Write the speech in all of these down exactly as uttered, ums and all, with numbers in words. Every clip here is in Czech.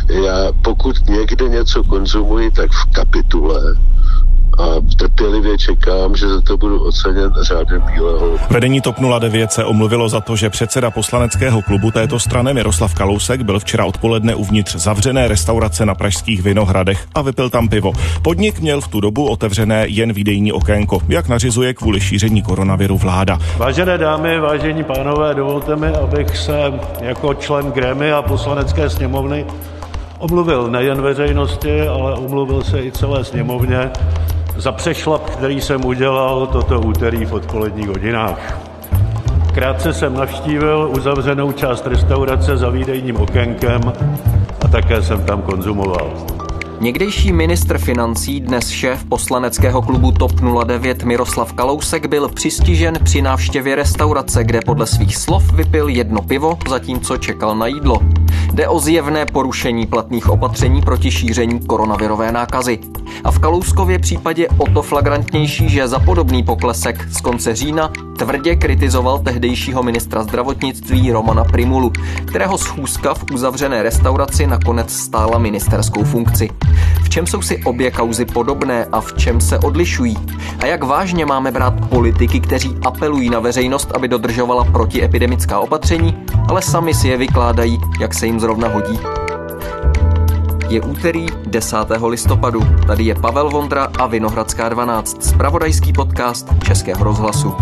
Já pokud někde něco konzumuji, tak v kapitule a trpělivě čekám, že za to budu oceněn řádem bílého. Vedení TOP nula devět se omluvilo za to, že předseda poslaneckého klubu této strany Miroslav Kalousek byl včera odpoledne uvnitř zavřené restaurace na pražských Vinohradech a vypil tam pivo. Podnik měl v tu dobu otevřené jen výdejní okénko, jak nařizuje kvůli šíření koronaviru vláda. Vážené dámy, vážení pánové, dovolte mi, abych se jako člen grémia Poslanecké sněmovny omluvil nejen veřejnosti, ale omluvil se i celé sněmovně za přešlap, který jsem udělal toto úterý v odpoledních hodinách. Krátce jsem navštívil uzavřenou část restaurace za výdejním okénkem a také jsem tam konzumoval. Někdejší ministr financí, dnes šéf poslaneckého klubu TOP nula devět Miroslav Kalousek byl přistižen při návštěvě restaurace, kde podle svých slov vypil jedno pivo, zatímco čekal na jídlo. Jde o zjevné porušení platných opatření proti šíření koronavirové nákazy. A v Kalouskově případě o to flagrantnější, že za podobný poklesek z konce října tvrdě kritizoval tehdejšího ministra zdravotnictví Romana Prymulu, kterého schůzka v uzavřené restauraci nakonec stála ministerskou funkci. V čem jsou si obě kauzy podobné a v čem se odlišují? A jak vážně máme brát politiky, kteří apelují na veřejnost, aby dodržovala protiepidemická opatření, ale sami si je vykládají, jak se jim zrovna hodí? Je úterý desátého listopadu. Tady je Pavel Vondra a Vinohradská dvanáct, zpravodajský podcast Českého rozhlasu.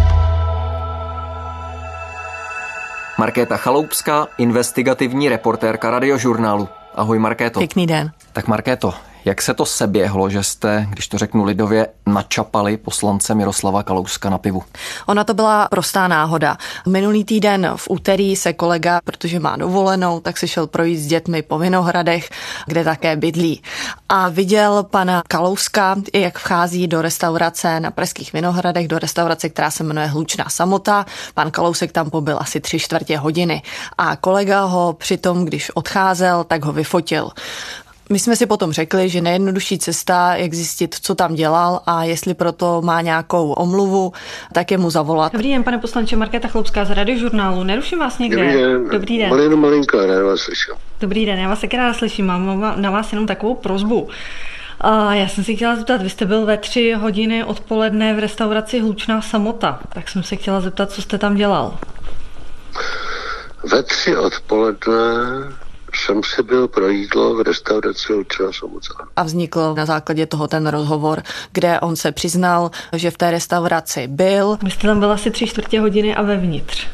Markéta Chaloupská, investigativní reportérka Radiožurnálu. Ahoj, Markéto. Pěkný den. Tak Markéto, jak se to seběhlo, že jste, když to řeknu lidově, načapali poslance Miroslava Kalouska na pivu? Ona to byla prostá náhoda. Minulý týden v úterý se kolega, protože má dovolenou, tak se šel projít s dětmi po Vinohradech, kde také bydlí. A viděl pana Kalouska, jak vchází do restaurace na pražských Vinohradech, do restaurace, která se jmenuje Hlučná samota. Pan Kalousek tam pobyl asi tři čtvrtě hodiny. A kolega ho přitom, když odcházel, tak ho vyfotil. My jsme si potom řekli, že nejjednodušší cesta, jak zjistit, co tam dělal a jestli proto má nějakou omluvu, tak je mu zavolat. Dobrý den, pane poslanče, Markéta Chaloupská z Radiožurnálu. Neruším vás někde? Dobrý den. Dobrý den. Malinu malinko, rád vás slyším. Dobrý den, já vás taky ráda slyším. Mám na vás jenom takovou prosbu. A já jsem si chtěla zeptat, vy jste byl ve tři hodiny odpoledne v restauraci Hlučná samota, tak jsem se chtěla zeptat, co jste tam dělal. Ve tři odpoledne jsem si byl pro jídlo v restauraci Hlučná samota. A vznikl na základě toho ten rozhovor, kde on se přiznal, že v té restauraci byl. Vy jste tam byl asi tři čtvrtě hodiny a vevnitř.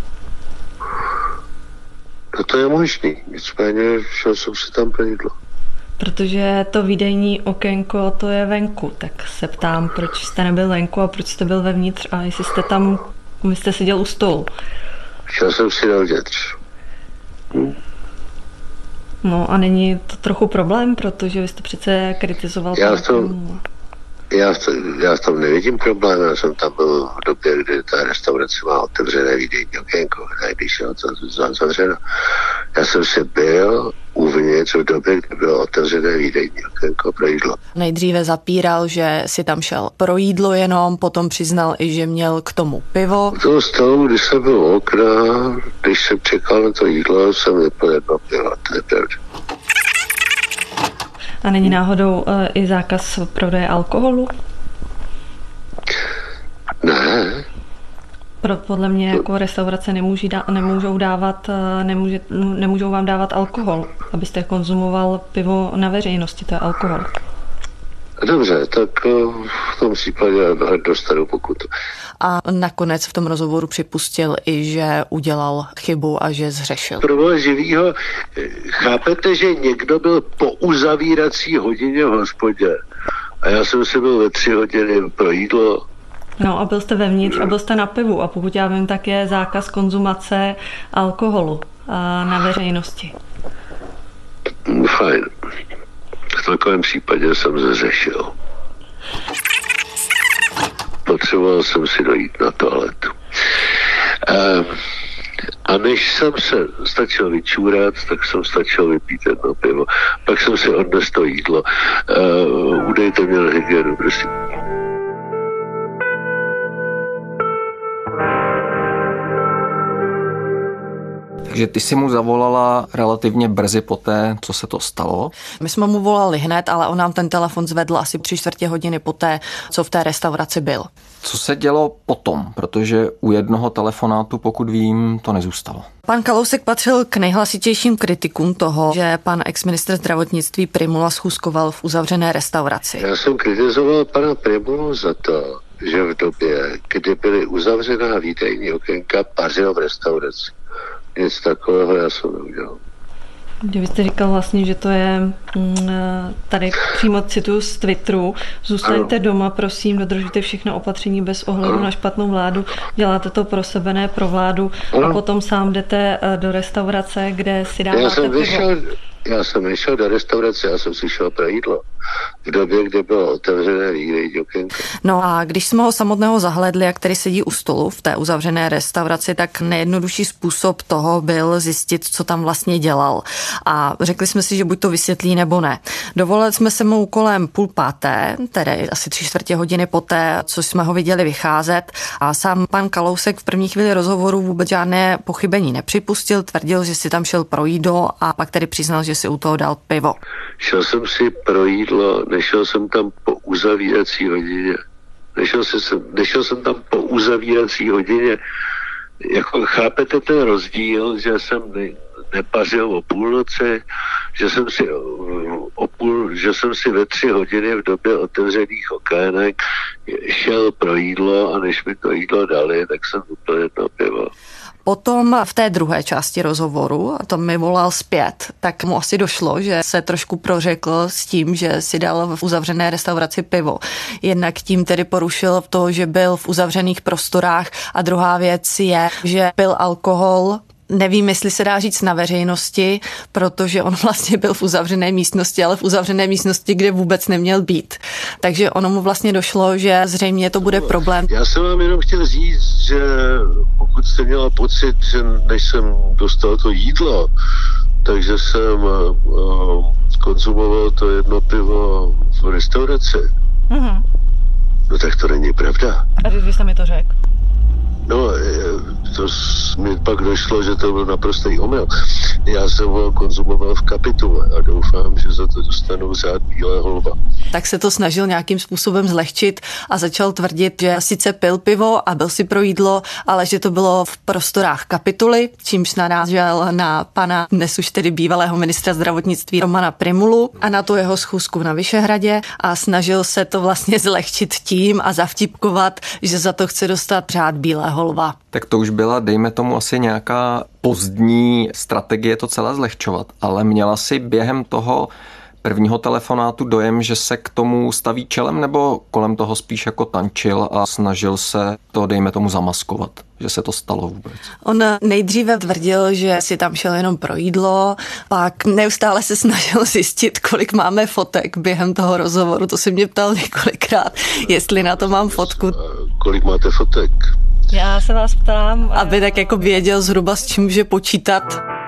No to je možný, nicméně šel jsem si tam pro jídlo. Protože to výdejní okénko, to je venku, tak se ptám, proč jste nebyl venku a proč jste byl vevnitř a jestli jste tam, vy jste seděl u stolu. Šel jsem si dovnitř. Hm. No a není to trochu problém, protože vy jste přece kritizoval... Já v tom, já v tom, já v tom nevidím problém, já jsem tam byl v době, kdy ta restaurace má otevřené výdejní okénko, ne, když je zavřeno. Já jsem si byl uvnitř v době, kdy bylo otevřené výdejní okénko pro jídlo. Nejdříve zapíral, že si tam šel pro jídlo jenom, potom přiznal i, že měl k tomu pivo. U toho stolu, když jsem byl u okna, když jsem čekal na to jídlo, jsem vypil jedno pivo, to je pravda. A není náhodou uh, i zákaz prodeje alkoholu? Ne. Pro, podle mě jako restaurace nemůží dá, nemůžou, dávat, nemůže, nemůžou vám dávat alkohol, abyste konzumoval pivo na veřejnosti, to je alkohol. Dobře, tak v tom případě dostanu pokutu. A nakonec v tom rozhovoru připustil i, že udělal chybu a že zhřešil. Pro boha živýho, chápete, že někdo byl po uzavírací hodině v hospodě a já jsem si byl ve tři hodiny pro jídlo. No a byl jste vevnitř a byl jste na pivu a pokud já vím, tak je zákaz konzumace alkoholu na veřejnosti. Fajn. V takovém případě jsem zřešil. Potřeboval jsem si dojít na toaletu. A, a než jsem se stačil vyčůrat, tak jsem stačil vypít jedno pivo. Pak jsem si odnes to jídlo. Uh, udejte mě na hygienu, prosím. Takže ty si mu zavolala relativně brzy poté, co se to stalo? My jsme mu volali hned, ale on nám ten telefon zvedl asi tři čtvrtě hodiny poté, co v té restauraci byl. Co se dělo potom? Protože u jednoho telefonátu, pokud vím, to nezůstalo. Pan Kalousek patřil k nejhlasitějším kritikům toho, že pan exministr zdravotnictví Prymula schůzkoval v uzavřené restauraci. Já jsem kritizoval pana Prymulu za to, že v době, kdy byly uzavřená výdejní okénka, pařil v restauraci. Nic takového já jsem neudělal. Vy jste říkal vlastně, že to je, tady přímo cituju z Twitteru, zůstaňte ano. doma, prosím, dodržujte všechno opatření bez ohledu ano. na špatnou vládu, děláte to pro sebe, ne pro vládu ano. a potom sám jdete do restaurace, kde si dáváte já jsem pivo. Vyšel, já jsem nešel do restaurace, já jsem si šel pro jídlo. V době, kdy bylo otevřené výdejní okénko. No a když jsme ho samotného zahlédli, jak který sedí u stolu v té uzavřené restauraci, tak nejjednodušší způsob toho byl zjistit, co tam vlastně dělal. A řekli jsme si, že buď to vysvětlí, nebo ne. Dovolili jsme se mu kolem půl páté, tedy asi tři čtvrtě hodiny poté, co jsme ho viděli vycházet. A sám pan Kalousek v první chvíli rozhovoru vůbec žádné pochybení nepřipustil, tvrdil, že si tam šel pro jídlo a pak tedy přiznal, že si u toho dal pivo. Šel jsem si pro jídlo, nešel jsem tam po uzavírací hodině. Nešel jsem, nešel jsem tam po uzavírací hodině. Jako chápete ten rozdíl, že jsem ne, nepařil o půlnoci, že jsem si o půl, že jsem si ve tři hodiny v době otevřených okének šel pro jídlo a než mi to jídlo dali, tak jsem vypil jedno pivo. Potom v té druhé části rozhovoru, a to mi volal zpět, tak mu asi došlo, že se trošku prořekl s tím, že si dal v uzavřené restauraci pivo. Jednak tím tedy porušil to, že byl v uzavřených prostorách a druhá věc je, že pil alkohol. Nevím, jestli se dá říct na veřejnosti, protože on vlastně byl v uzavřené místnosti, ale v uzavřené místnosti, kde vůbec neměl být. Takže ono mu vlastně došlo, že zřejmě to bude problém. Já jsem vám jenom chtěl říct, že pokud jste měla pocit, že než jsem dostal to jídlo, takže jsem uh, konzumoval to jedno pivo v restauraci. Mm-hmm. No tak to není pravda. A když jste mi to řekl? No, to mi pak došlo, že to byl naprostý omyl. Já jsem ho konzumoval v Kapitule a doufám, že za to dostanu řád bílého lva. Tak se to snažil nějakým způsobem zlehčit a začal tvrdit, že sice pil pivo a byl si pro jídlo, ale že to bylo v prostorách Kapituly, čímž narážel na pana dnes už tedy bývalého ministra zdravotnictví Romana Prymulu a na tu jeho schůzku na Vyšehradě a snažil se to vlastně zlehčit tím a zavtipkovat, že za to chce dostat řád bílého lva. Tak to už byla, dejme tomu, asi nějaká pozdní strategie to celé zlehčovat, ale měla si během toho prvního telefonátu dojem, že se k tomu staví čelem, nebo kolem toho spíš jako tančil a snažil se to, dejme tomu, zamaskovat, že se to stalo vůbec? On nejdříve tvrdil, že si tam šel jenom pro jídlo, pak neustále se snažil zjistit, kolik máme fotek během toho rozhovoru. To se mě ptal několikrát, jestli na to mám fotku. A kolik máte fotek? Já se vás ptám. Aby tak jako věděl zhruba, s čím může počítat.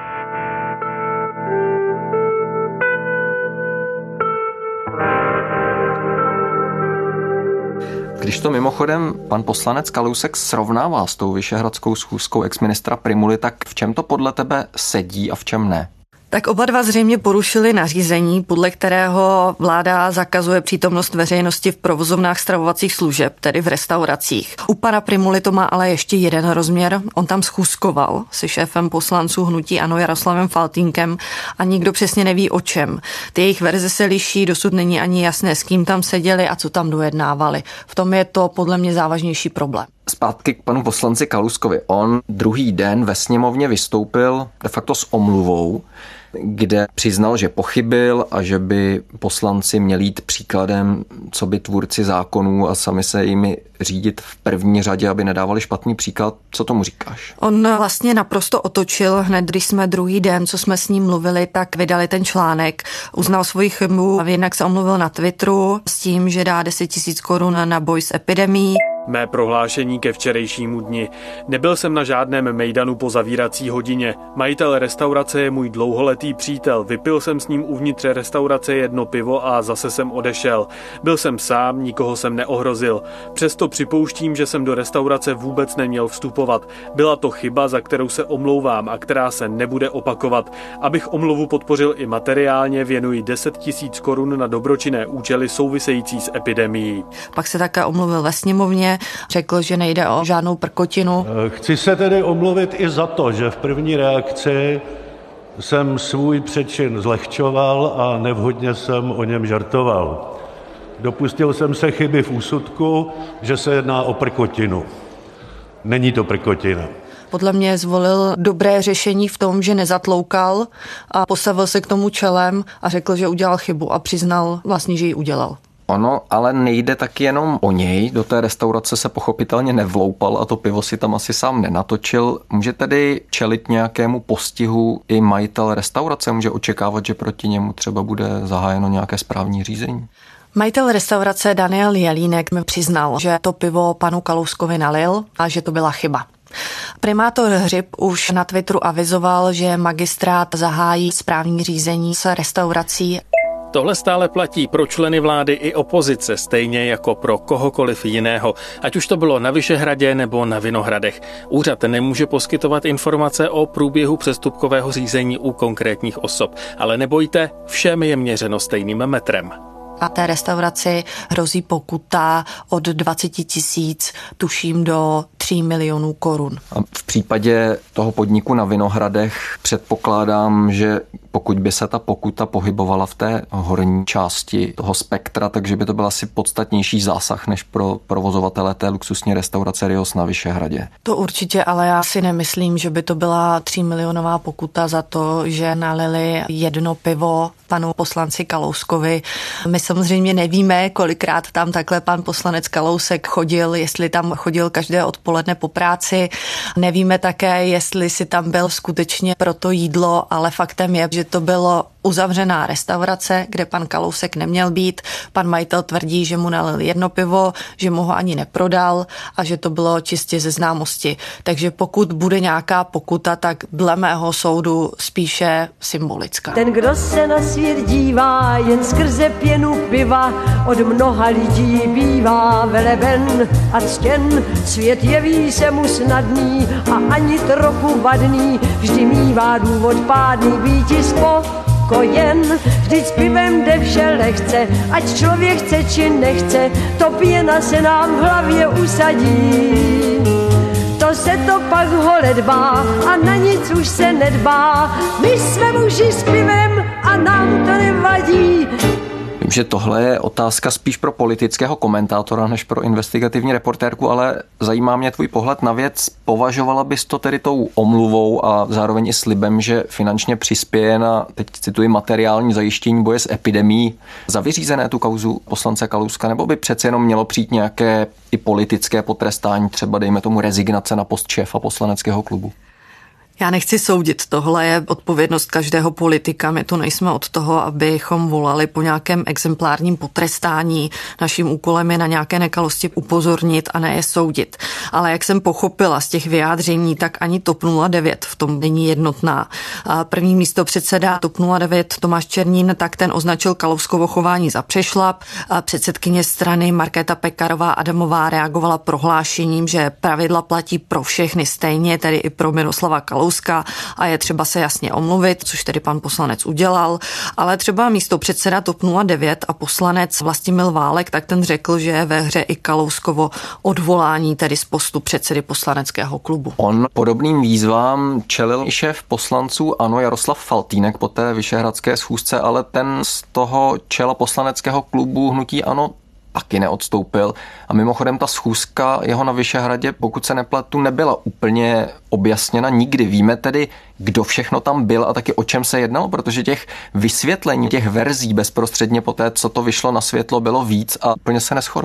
Když to mimochodem pan poslanec Kalousek srovnává s tou vyšehradskou schůzkou exministra Prymuly, tak v čem to podle tebe sedí a v čem ne? Tak oba dva zřejmě porušili nařízení, podle kterého vláda zakazuje přítomnost veřejnosti v provozovnách stravovacích služeb, tedy v restauracích. U pana Prymuly to má ale ještě jeden rozměr. On tam schůzkoval se šéfem poslanců hnutí ANO Jaroslavem Faltýnkem a nikdo přesně neví o čem. Ty jejich verze se liší, dosud není ani jasné, s kým tam seděli a co tam dojednávali. V tom je to podle mě závažnější problém. Zpátky k panu poslanci Kalouskovi. On druhý den ve sněmovně vystoupil de facto s omluvou, kde přiznal, že pochybil a že by poslanci měli jít příkladem, co by tvůrci zákonů a sami se jimi řídit v první řadě, aby nedávali špatný příklad. Co tomu říkáš? On vlastně naprosto otočil hned, když jsme druhý den, co jsme s ním mluvili, tak vydali ten článek. Uznal svoji chybu a jednak se omluvil na Twitteru s tím, že dá deset tisíc korun na boj s epidemií. Mé prohlášení ke včerejšímu dni. Nebyl jsem na žádném mejdanu po zavírací hodině. Majitel restaurace je můj dlouholetý přítel. Vypil jsem s ním uvnitř restaurace jedno pivo a zase jsem odešel. Byl jsem sám, nikoho jsem neohrozil. Přesto připouštím, že jsem do restaurace vůbec neměl vstupovat. Byla to chyba, za kterou se omlouvám a která se nebude opakovat. Abych omluvu podpořil i materiálně, věnuji deset tisíc korun na dobročinné účely související s epidemií. Pak se také omluvil ve sněmovně, řekl, že nejde o žádnou prkotinu. Chci se tedy omluvit i za to, že v první reakci jsem svůj přečin zlehčoval a nevhodně jsem o něm žartoval. Dopustil jsem se chyby v úsudku, že se jedná o prkotinu. Není to prkotina. Podle mě zvolil dobré řešení v tom, že nezatloukal a postavil se k tomu čelem a řekl, že udělal chybu a přiznal vlastně, že ji udělal. Ono ale nejde taky jenom o něj, do té restaurace se pochopitelně nevloupal a to pivo si tam asi sám nenatočil. Může tedy čelit nějakému postihu i majitel restaurace? Může očekávat, že proti němu třeba bude zahájeno nějaké správní řízení? Majitel restaurace Daniel Jelínek mi přiznal, že to pivo panu Kalouskovi nalil a že to byla chyba. Primátor Hřib už na Twitteru avizoval, že magistrát zahájí správní řízení s restaurací. Tohle stále platí pro členy vlády i opozice, stejně jako pro kohokoliv jiného, ať už to bylo na Vyšehradě nebo na Vinohradech. Úřad nemůže poskytovat informace o průběhu přestupkového řízení u konkrétních osob, ale nebojte, všem je měřeno stejným metrem. A té restauraci hrozí pokuta od dvacet tisíc, tuším do tří milionů korun. A v případě toho podniku na Vinohradech předpokládám, že pokud by se ta pokuta pohybovala v té horní části toho spektra, takže by to byl asi podstatnější zásah než pro provozovatele té luxusní restaurace Rios na Vyšehradě. To určitě, ale já si nemyslím, že by to byla třímilionová pokuta za to, že nalili jedno pivo panu poslanci Kalouskovi. My samozřejmě nevíme, kolikrát tam takhle pan poslanec Kalousek chodil, jestli tam chodil každé odpoledne po práci. Nevíme také, jestli si tam byl skutečně pro to jídlo, ale faktem je, že to bylo uzavřená restaurace, kde pan Kalousek neměl být. Pan majitel tvrdí, že mu nalil jedno pivo, že mu ho ani neprodal a že to bylo čistě ze známosti. Takže pokud bude nějaká pokuta, tak dle mého soudu spíše symbolická. Ten, kdo se na svět dívá jen skrze pěnu piva, od mnoha lidí bývá veleben a ctěn. Svět jeví se mu snadný a ani trochu vadný, vždy mívá důvod pádný býti spokojen. Vždyť s pivem jde vše lehce, ať člověk chce či nechce, to pěna se nám v hlavě usadí. To se to pak holedbá a na nic už se nedbá. My jsme muži s pivem a nám to nevadí. Vím, že tohle je otázka spíš pro politického komentátora než pro investigativní reportérku, ale zajímá mě tvůj pohled na věc. Považovala bys to tedy tou omluvou a zároveň i slibem, že finančně přispěje na, teď cituji, materiální zajištění boje s epidemií za vyřízené tu kauzu poslance Kalouska, nebo by přece jenom mělo přijít nějaké i politické potrestání, třeba dejme tomu rezignace na post šéfa poslaneckého klubu? Já nechci soudit, tohle je odpovědnost každého politika, my tu nejsme od toho, abychom volali po nějakém exemplárním potrestání. Naším úkolem je na nějaké nekalosti upozornit a ne je soudit. Ale jak jsem pochopila z těch vyjádření, tak ani TOP nula devět v tom není jednotná. První místopředseda TOP nula devět Tomáš Černín, tak ten označil Kalouskovo chování za přešlap. Předsedkyně strany Markéta Pekarová Adamová reagovala prohlášením, že pravidla platí pro všechny stejně, tedy i pro Miroslava Kalouska. A je třeba se jasně omluvit, což tedy pan poslanec udělal, ale třeba místopředseda TOP nula devět a poslanec Vlastimil Válek, tak ten řekl, že je ve hře i Kalouskovo odvolání, tedy z postu předsedy poslaneckého klubu. On podobným výzvám čelil i šéf poslanců ANO Jaroslav Faltýnek po té vyšehradské schůzce, ale ten z toho čela poslaneckého klubu hnutí ANO taky neodstoupil. A mimochodem ta schůzka jeho na Vyšehradě, pokud se nepletu, nebyla úplně objasněna nikdy. Víme tedy, kdo všechno tam byl a taky o čem se jednalo, protože těch vysvětlení, těch verzí bezprostředně po té, co to vyšlo na světlo, bylo víc a úplně se neshodovalo.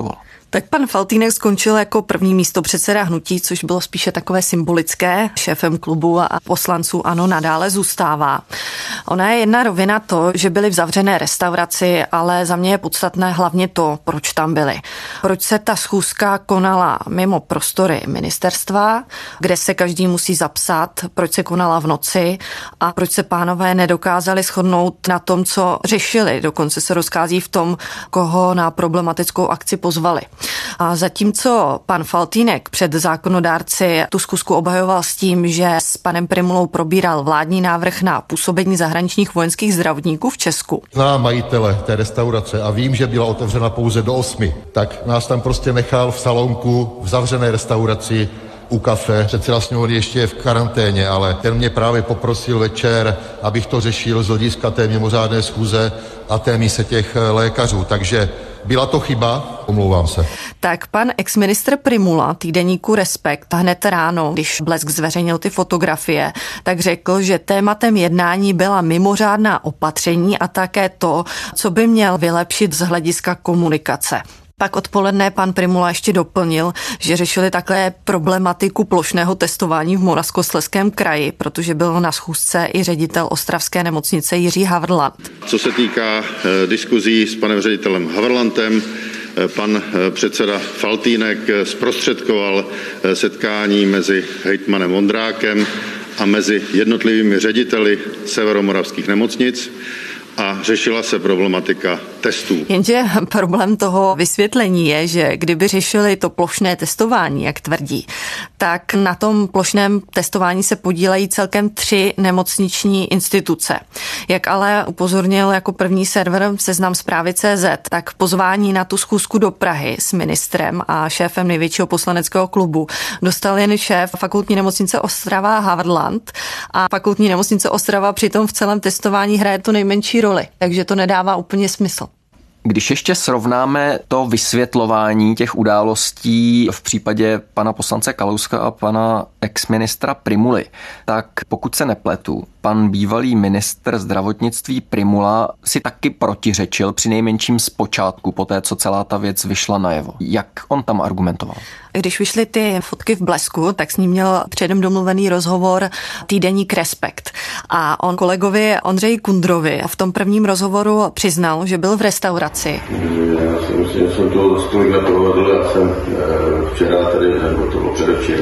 Tak pan Faltýnek skončil jako první místopředseda hnutí, což bylo spíše takové symbolické. Šéfem klubu a poslanců ANO nadále zůstává. Ona je jedna rovina to, že byli v zavřené restauraci, ale za mě je podstatné hlavně to, proč tam byli. Proč se ta schůzka konala mimo prostory ministerstva, kde se každý musí zapsat, proč se konala v noci a proč se pánové nedokázali shodnout na tom, co řešili. Dokonce se rozkází v tom, koho na problematickou akci pozvali. A zatímco pan Faltýnek před zákonodárci tu schůzku obhajoval s tím, že s panem Prymulou probíral vládní návrh na působení zahraničních vojenských zdravotníků v Česku. Znám majitele té restaurace a vím, že byla otevřena pouze do osmi, tak nás tam prostě nechal v salonku v zavřené restauraci u kafe. Předseda sněmovny ještě je v karanténě, ale ten mě právě poprosil večer, abych to řešil z hlediska té mimořádné schůze a té mise těch lékařů. Takže byla to chyba, omlouvám se. Tak pan exministr Prymula týdeníku Respekt hned ráno, když Blesk zveřejnil ty fotografie, tak řekl, že tématem jednání byla mimořádná opatření a také to, co by měl vylepšit z hlediska komunikace. Pak odpoledne pan Prymula ještě doplnil, že řešili také problematiku plošného testování v Moravskoslezském kraji, protože byl na schůzce i ředitel ostravské nemocnice Jiří Havrlant. Co se týká eh, diskuzí s panem ředitelem Havrlantem, eh, pan eh, předseda Faltýnek eh, zprostředkoval eh, setkání mezi hejtmanem Vondrákem a mezi jednotlivými řediteli severomoravských nemocnic a řešila se problematika testů. Jenže problém toho vysvětlení je, že kdyby řešili to plošné testování, jak tvrdí, tak na tom plošném testování se podílejí celkem tři nemocniční instituce. Jak ale upozornil jako první server Seznam Zprávy tečka cé zet, tak pozvání na tu schůzku do Prahy s ministrem a šéfem největšího poslaneckého klubu dostal jen šéf fakultní nemocnice Ostrava Havrlant a fakultní nemocnice Ostrava přitom v celém testování hraje tu nejmenší roli. Takže to nedává úplně smysl. Když ještě srovnáme to vysvětlování těch událostí v případě pana poslance Kalouska a pana exministra Prymuly, tak pokud se nepletu, pan bývalý ministr zdravotnictví Prymula si taky protiřečil při nejmenším zpočátku, po té, co celá ta věc vyšla najevo. Jak on tam argumentoval? Když vyšly ty fotky v Blesku, tak s ním měl předem domluvený rozhovor týdeník Respekt. A on kolegovi Ondřeji Kundrovi v tom prvním rozhovoru přiznal, že byl v restauraci. Já si myslím, že jsem to stolik neprovedl. Já jsem včera tady, nebo to bylo předevčera,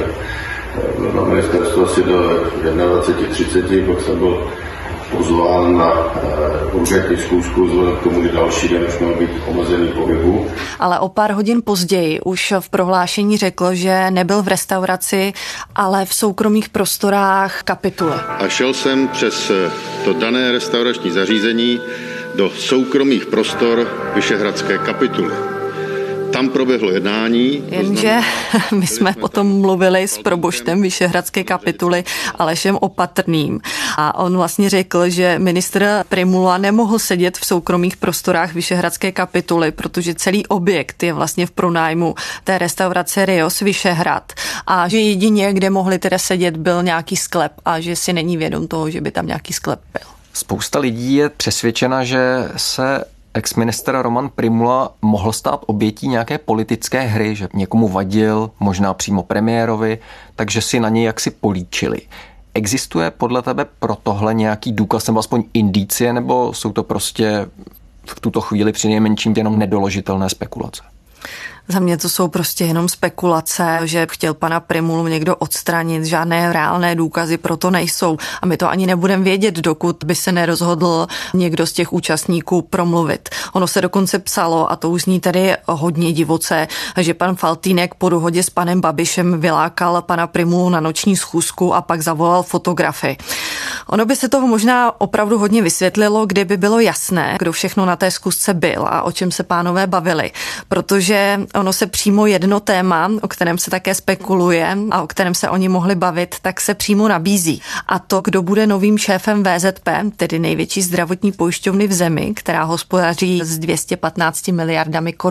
na ministerstvu asi do dvacet jedna třicet, pak jsem byl pozván na urgentní zkoušku, vzhledem k tomu, že další den už měl být omezený pohybu. Ale o pár hodin později už v prohlášení řekl, že nebyl v restauraci, ale v soukromých prostorách Kapituly. A šel jsem přes to dané restaurační zařízení do soukromých prostor Vyšehradské Kapituly. Tam proběhlo jednání. Jenže my jsme potom mluvili s proboštem Vyšehradské Kapituly Alešem Opatrným a on vlastně řekl, že ministr Prymula nemohl sedět v soukromých prostorách Vyšehradské Kapituly, protože celý objekt je vlastně v pronájmu té restaurace Rios Vyšehrad a že jedině, kde mohli teda sedět, byl nějaký sklep a že si není vědom toho, že by tam nějaký sklep byl. Spousta lidí je přesvědčena, že se exministr Roman Prymula mohl stát obětí nějaké politické hry, že někomu vadil, možná přímo premiérovi, takže si na něj jaksi políčili. Existuje podle tebe pro tohle nějaký důkaz nebo aspoň indicie, nebo jsou to prostě v tuto chvíli při nejmenším jenom nedoložitelné spekulace? Za mě to jsou prostě jenom spekulace, že chtěl pana Prymulu někdo odstranit, žádné reálné důkazy pro to nejsou a my to ani nebudeme vědět, dokud by se nerozhodl někdo z těch účastníků promluvit. Ono se dokonce psalo, a to už zní tady hodně divoce, že pan Faltýnek po dohodě s panem Babišem vylákal pana Prymulu na noční schůzku a pak zavolal fotografy. Ono by se toho možná opravdu hodně vysvětlilo, kdyby bylo jasné, kdo všechno na té schůzce byl a o čem se pánové bavili, protože ono se přímo jedno téma, o kterém se také spekuluje a o kterém se oni mohli bavit, tak se přímo nabízí. A to, kdo bude novým šéfem vé zet pé, tedy největší zdravotní pojišťovny v zemi, která hospodaří s dvě stě patnáct miliardami korun.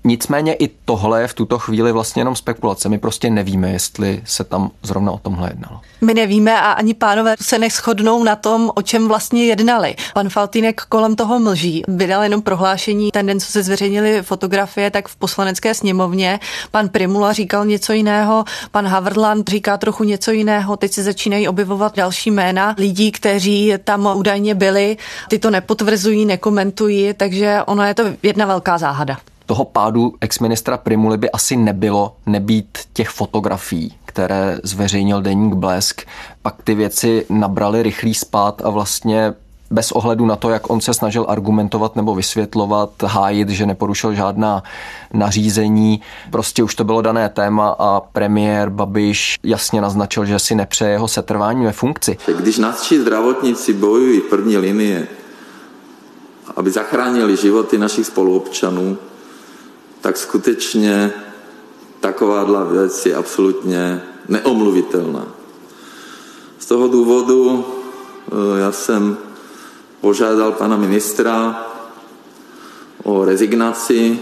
Nicméně i tohle je v tuto chvíli vlastně jenom spekulace. My prostě nevíme, jestli se tam zrovna o tomhle jednalo. My nevíme a ani pánové se neshodnou na tom, o čem vlastně jednali. Pan Faltýnek kolem toho mlží. Vydal jenom prohlášení ten den, co se zveřejnily fotografie, tak v Poslanecké sněmovně. Pan Prymula říkal něco jiného, pan Havrland říká trochu něco jiného. Teď se začínají objevovat další jména lidí, kteří tam údajně byli. Ty to nepotvrzují, nekomentují, takže ono je to jedna velká záhada. Toho pádu exministra Prymuly by asi nebylo nebýt těch fotografií, které zveřejnil deník Blesk. Pak ty věci nabraly rychlý spád a vlastně bez ohledu na to, jak on se snažil argumentovat nebo vysvětlovat, hájit, že neporušil žádná nařízení. Prostě už to bylo dané téma a premiér Babiš jasně naznačil, že si nepřeje jeho setrvání ve funkci. Když naši zdravotníci bojují v první linie, aby zachránili životy našich spoluobčanů, tak skutečně takováhle věc je absolutně neomluvitelná. Z toho důvodu já jsem požádal pana ministra o rezignaci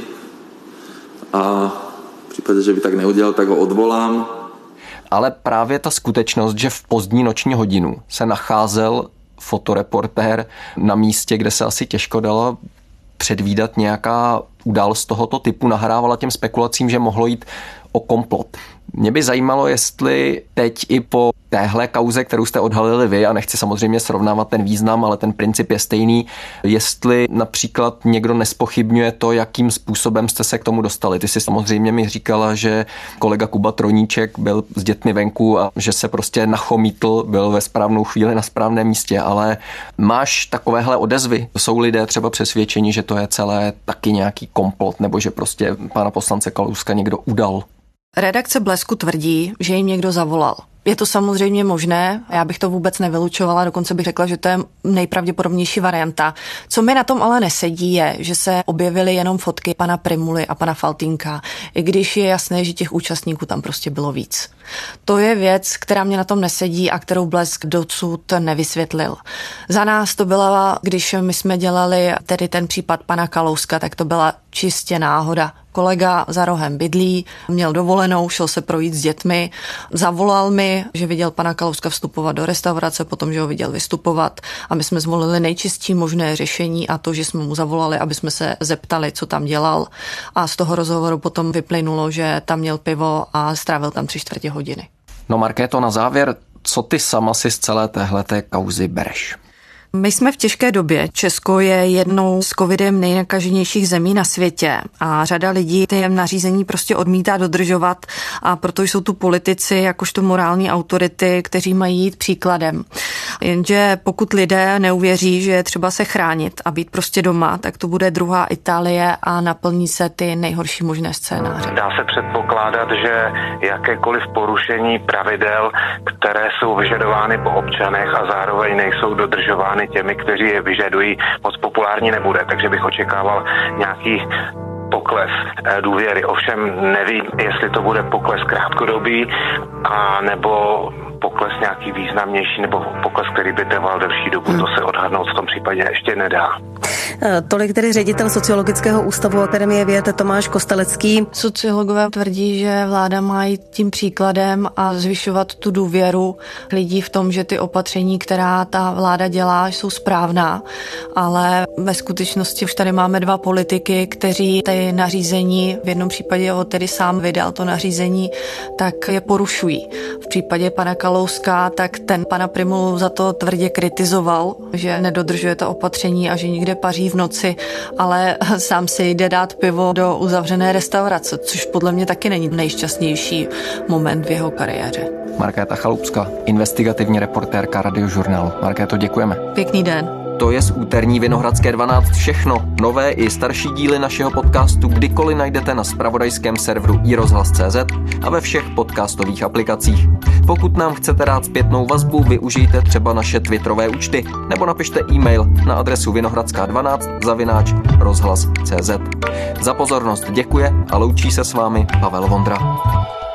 a v případě, že by tak neudělal, tak ho odvolám. Ale právě ta skutečnost, že v pozdní noční hodinu se nacházel fotoreportér na místě, kde se asi těžko dala předvídat nějaká událost tohoto typu, nahrávala těm spekulacím, že mohlo jít o komplot. Mě by zajímalo, jestli teď i po téhle kauze, kterou jste odhalili vy, a nechci samozřejmě srovnávat ten význam, ale ten princip je stejný, jestli například někdo nespochybňuje to, jakým způsobem jste se k tomu dostali. Ty jsi samozřejmě mi říkala, že kolega Kuba Troníček byl s dětmi venku a že se prostě nachomítl, byl ve správnou chvíli na správném místě, ale máš takovéhle odezvy? Jsou lidé třeba přesvědčeni, že to je celé taky nějaký komplot, nebo že prostě pana poslance Kalouska někdo udal? Redakce Blesku tvrdí, že jim někdo zavolal. Je to samozřejmě možné, já bych to vůbec nevylučovala, dokonce bych řekla, že to je nejpravděpodobnější varianta. Co mi na tom ale nesedí je, že se objevily jenom fotky pana Prymuly a pana Faltýnka, i když je jasné, že těch účastníků tam prostě bylo víc. To je věc, která mě na tom nesedí a kterou Blesk dosud nevysvětlil. Za nás to byla, když my jsme dělali tedy ten případ pana Kalouska, tak to byla čistě náhoda. Kolega za rohem bydlí, měl dovolenou, šel se projít s dětmi, zavolal mi, že viděl pana Kalouska vstupovat do restaurace, potom, že ho viděl vystupovat a my jsme zvolili nejčistší možné řešení a to, že jsme mu zavolali, aby jsme se zeptali, co tam dělal a z toho rozhovoru potom vyplynulo, že tam měl pivo a strávil tam tři čtvrtě hodiny. No Markéto, na závěr, co ty sama si z celé téhleté kauzy bereš? My jsme v těžké době. Česko je jednou s covidem nejnakaženějších zemí na světě a řada lidí ty nařízení prostě odmítá dodržovat a proto jsou tu politici jakožto morální autority, kteří mají jít příkladem. Jenže pokud lidé neuvěří, že je třeba se chránit a být prostě doma, tak to bude druhá Itálie a naplní se ty nejhorší možné scénáře. Dá se předpokládat, že jakékoliv porušení pravidel, které jsou vyžadovány po občanech a zároveň nejsou dodržovány těmi, kteří je vyžadují, moc populární nebude, takže bych očekával nějaký pokles důvěry. Ovšem nevím, jestli to bude pokles krátkodobý a nebo pokles nějaký významnější nebo pokles, který by trval delší dobu. To se odhadnout v tom případě ještě nedá. Tolik tedy ředitel Sociologického ústavu Akademie věd Tomáš Kostelecký. Sociologové tvrdí, že vláda má jít tím příkladem a zvyšovat tu důvěru lidí v tom, že ty opatření, která ta vláda dělá, jsou správná, ale ve skutečnosti už tady máme dva politiky, kteří ty nařízení, v jednom případě ho tedy sám vydal to nařízení, tak je porušují. V případě pana Kalouska, tak ten pana Prymulu za to tvrdě kritizoval, že nedodržuje to opatření a že někde paří v noci, ale sám si jde dát pivo do uzavřené restaurace, což podle mě taky není nejšťastnější moment v jeho kariéře. Markéta Chalupská, investigativní reportérka Radiožurnálu. Markéto, děkujeme. Pěkný den. To je z úterní Vinohradské dvanáct všechno. Nové i starší díly našeho podcastu kdykoliv najdete na zpravodajském serveru i rozhlas tečka cé zet a ve všech podcastových aplikacích. Pokud nám chcete dát zpětnou vazbu, využijte třeba naše twitterové účty nebo napište e-mail na adresu vinohradská dvanáct zavináč rozhlas tečka cé zet. Za pozornost děkuje a loučí se s vámi Pavel Vondra.